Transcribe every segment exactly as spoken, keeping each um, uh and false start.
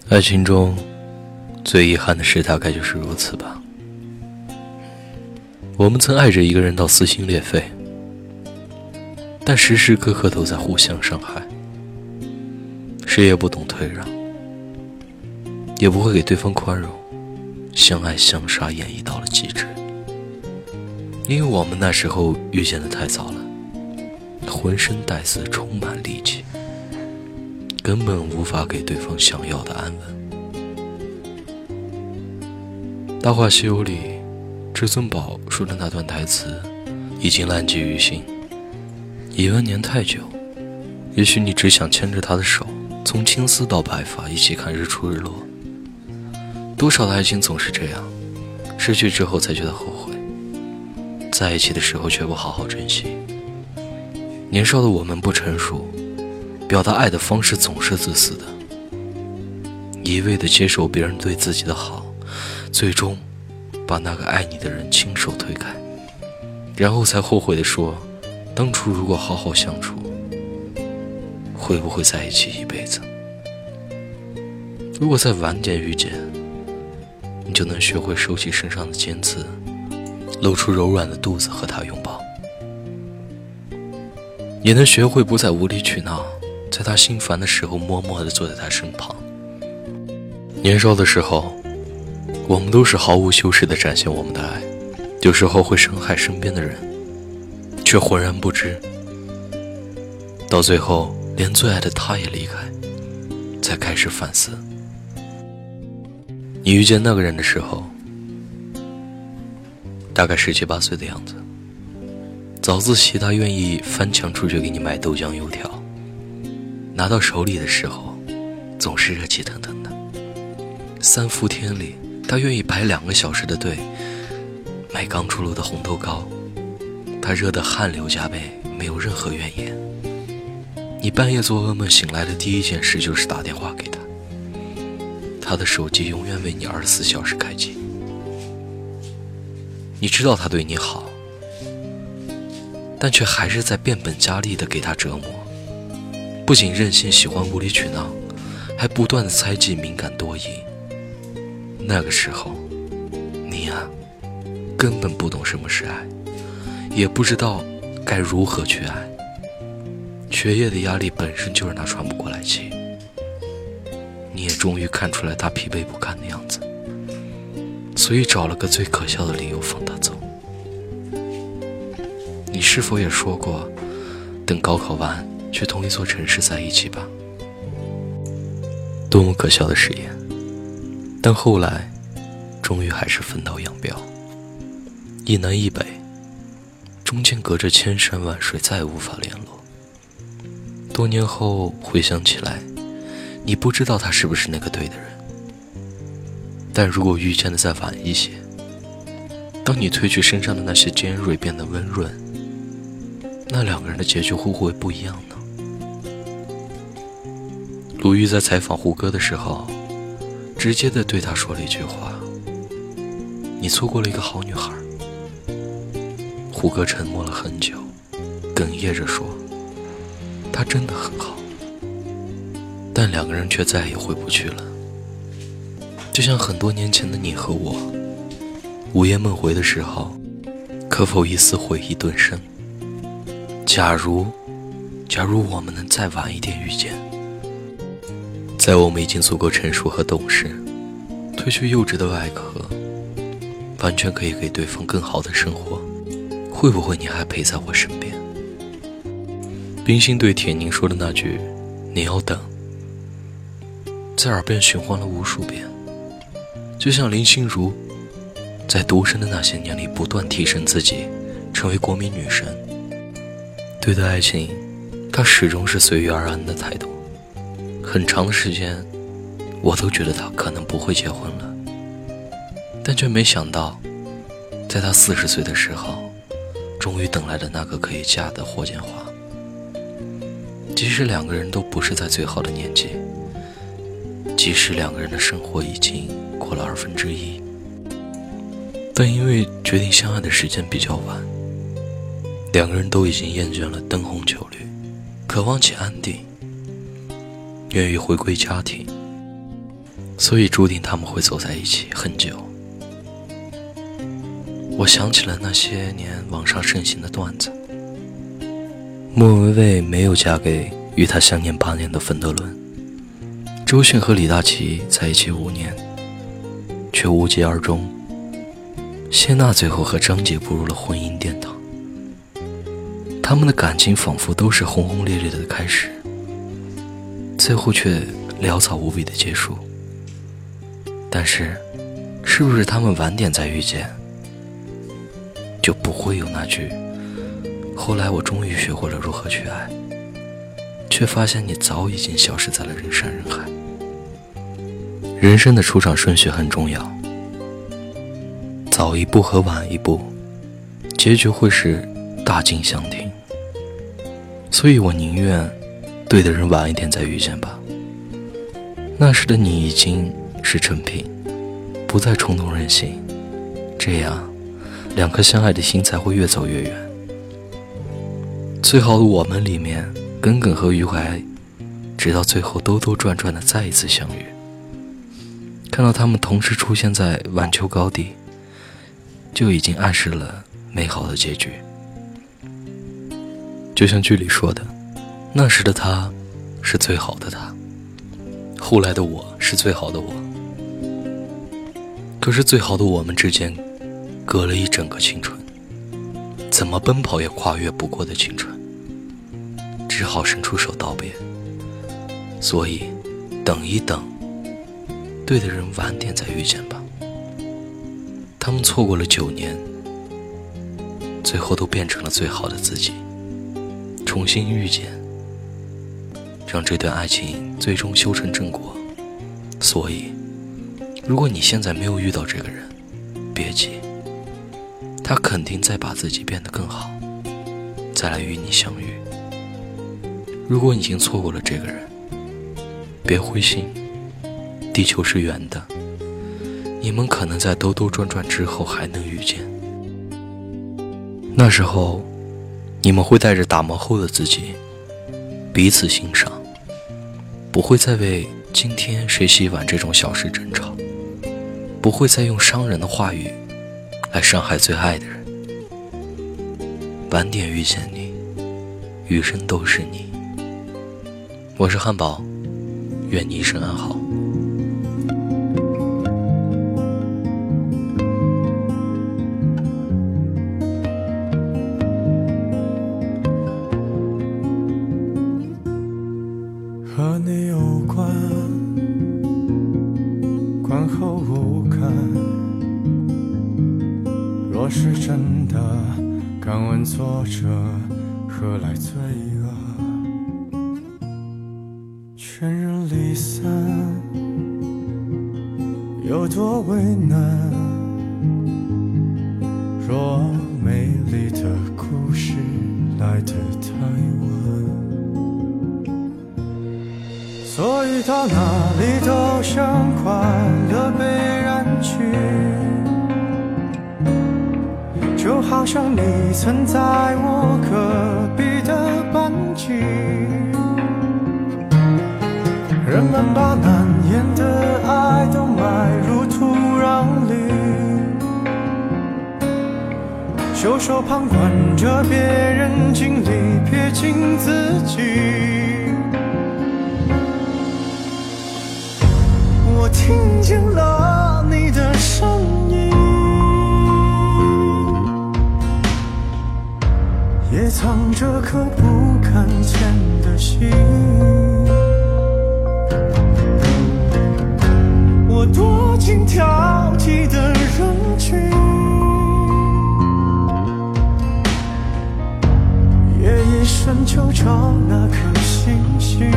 爱情中最遗憾的事大概就是如此吧。我们曾爱着一个人到撕心裂肺，但时时刻刻都在互相伤害，谁也不懂退让，也不会给对方宽容，相爱相杀演绎到了极致。因为我们那时候遇见的太早了，浑身带刺，充满戾气，根本无法给对方想要的安稳。《大话西游》里至尊宝说的那段台词已经烂记于心。一万年太久，也许你只想牵着他的手，从青丝到白发，一起看日出日落。多少的爱情总是这样，失去之后才觉得后悔，在一起的时候却不好好珍惜。年少的我们不成熟，表达爱的方式总是自私的，一味地接受别人对自己的好，最终把那个爱你的人亲手推开，然后才后悔地说，当初如果好好相处，会不会在一起一辈子？如果再晚点遇见，你就能学会收起身上的尖刺，露出柔软的肚子和他拥抱，也能学会不再无理取闹，在他心烦的时候默默地坐在他身旁。年少的时候，我们都是毫无修饰地展现我们的爱，有时候会伤害身边的人，却浑然不知，到最后连最爱的他也离开，才开始反思。你遇见那个人的时候，大概十七八岁的样子，早自习他愿意翻墙出去给你买豆浆油条，拿到手里的时候总是热气腾腾的。三伏天里他愿意排两个小时的队买刚出炉的红豆糕，他热得汗流浃背，没有任何怨言。你半夜做噩梦醒来的第一件事就是打电话给他，他的手机永远为你二十四小时开机。你知道他对你好，但却还是在变本加厉地给他折磨，不仅任性喜欢无理取闹，还不断地猜忌敏感多疑。那个时候你啊，根本不懂什么是爱，也不知道该如何去爱。学业的压力本身就让他喘不过来气，你也终于看出来他疲惫不堪的样子，所以找了个最可笑的理由放他走。你是否也说过，等高考完去同一座城市在一起吧？多么可笑的誓言，但后来终于还是分道扬镳，一南一北，中间隔着千山万水，再也无法联络。多年后回想起来，你不知道他是不是那个对的人，但如果遇见的再晚一些，当你褪去身上的那些尖锐变得温润，那两个人的结局会不会不一样呢？鲁豫在采访胡歌的时候，直接地对他说了一句话，你错过了一个好女孩。胡歌沉默了很久，哽咽着说，她真的很好，但两个人却再也回不去了。就像很多年前的你和我，午夜梦回的时候，可否一丝回忆顿生？假如假如我们能再晚一点遇见，在我们已经足够成熟和懂事，褪去幼稚的外壳，完全可以给对方更好的生活，会不会你还陪在我身边？冰心对铁凝说的那句你要等，在耳边循环了无数遍，就像林心如在独身的那些年里不断提升自己，成为国民女神。对待爱情，她始终是随遇而安的态度。很长的时间，我都觉得她可能不会结婚了，但却没想到，在她四十岁的时候，终于等来了那个可以嫁的霍建华。即使两个人都不是在最好的年纪，即使两个人的生活已经过了二分之一，但因为决定相爱的时间比较晚，两个人都已经厌倦了灯红酒绿，渴望起安定，愿意回归家庭， 所以注定他们会走在一起很久。我想起了那些年网上盛行的段子，莫文蔚没有嫁给与她相恋八年的冯德伦，周迅和李大齐在一起五年，却无疾而终。谢娜最后和张杰步入了婚姻殿堂，他们的感情仿佛都是轰轰烈烈的开始，最后却潦草无比的结束。但是，是不是他们晚点再遇见，就不会有那句“后来我终于学会了如何去爱，却发现你早已经消失在了人山人海”。人生的出场顺序很重要，早一步和晚一步，结局会是大境相庭。所以我宁愿对的人晚一点再遇见吧，那时的你已经是成品，不再冲动任性，这样两颗相爱的心才会越走越远。最好的我们里面，耿耿和余淮直到最后兜兜转转的再一次相遇，看到他们同时出现在晚秋高地，就已经暗示了美好的结局。就像剧里说的，那时的他是最好的他，后来的我是最好的我。可是最好的我们之间隔了一整个青春，怎么奔跑也跨越不过的青春，只好伸出手道别。所以等一等，对的人晚点再遇见吧。他们错过了九年，最后都变成了最好的自己，重新遇见，让这段爱情最终修成正果。所以如果你现在没有遇到这个人，别急，他肯定在把自己变得更好，再来与你相遇。如果你已经错过了这个人，别灰心，地球是圆的，你们可能在兜兜转转之后还能遇见。那时候你们会带着打磨后的自己彼此欣赏，不会再为今天谁洗碗这种小事争吵，不会再用伤人的话语来伤害最爱的人。晚点遇见你，余生都是你。我是汉堡，愿你一生安好。 和你有关，观后无感。若是真的，敢问作者何来罪恶？全人离散，有多为难？若美丽的故事来得太晚，所以到哪里都像快乐被染去，就好像你曾在我隔壁的班级。人们把难言的爱都埋入土壤里，袖手旁观着别人经历，撇清自己。我听见了你的声音，也藏着颗不敢见的心。我躲进挑剔的人群，夜夜深求找那颗星星。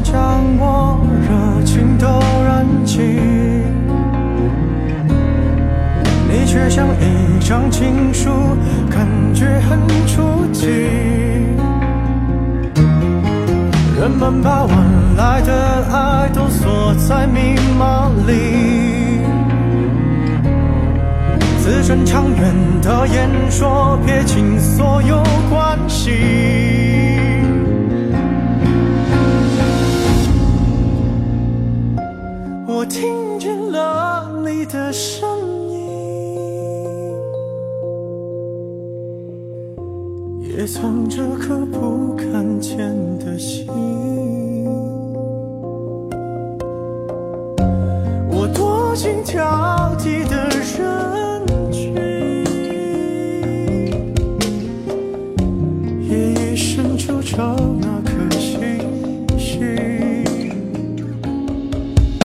将我热情都燃尽，你却像一张情书，感觉很出奇。人们把晚来的爱都锁在密码里，字正腔圆的演说，撇清所有关系。我听见了你的声音，也藏着颗不敢见的心。我躲进挑剔的人群，夜夜深处找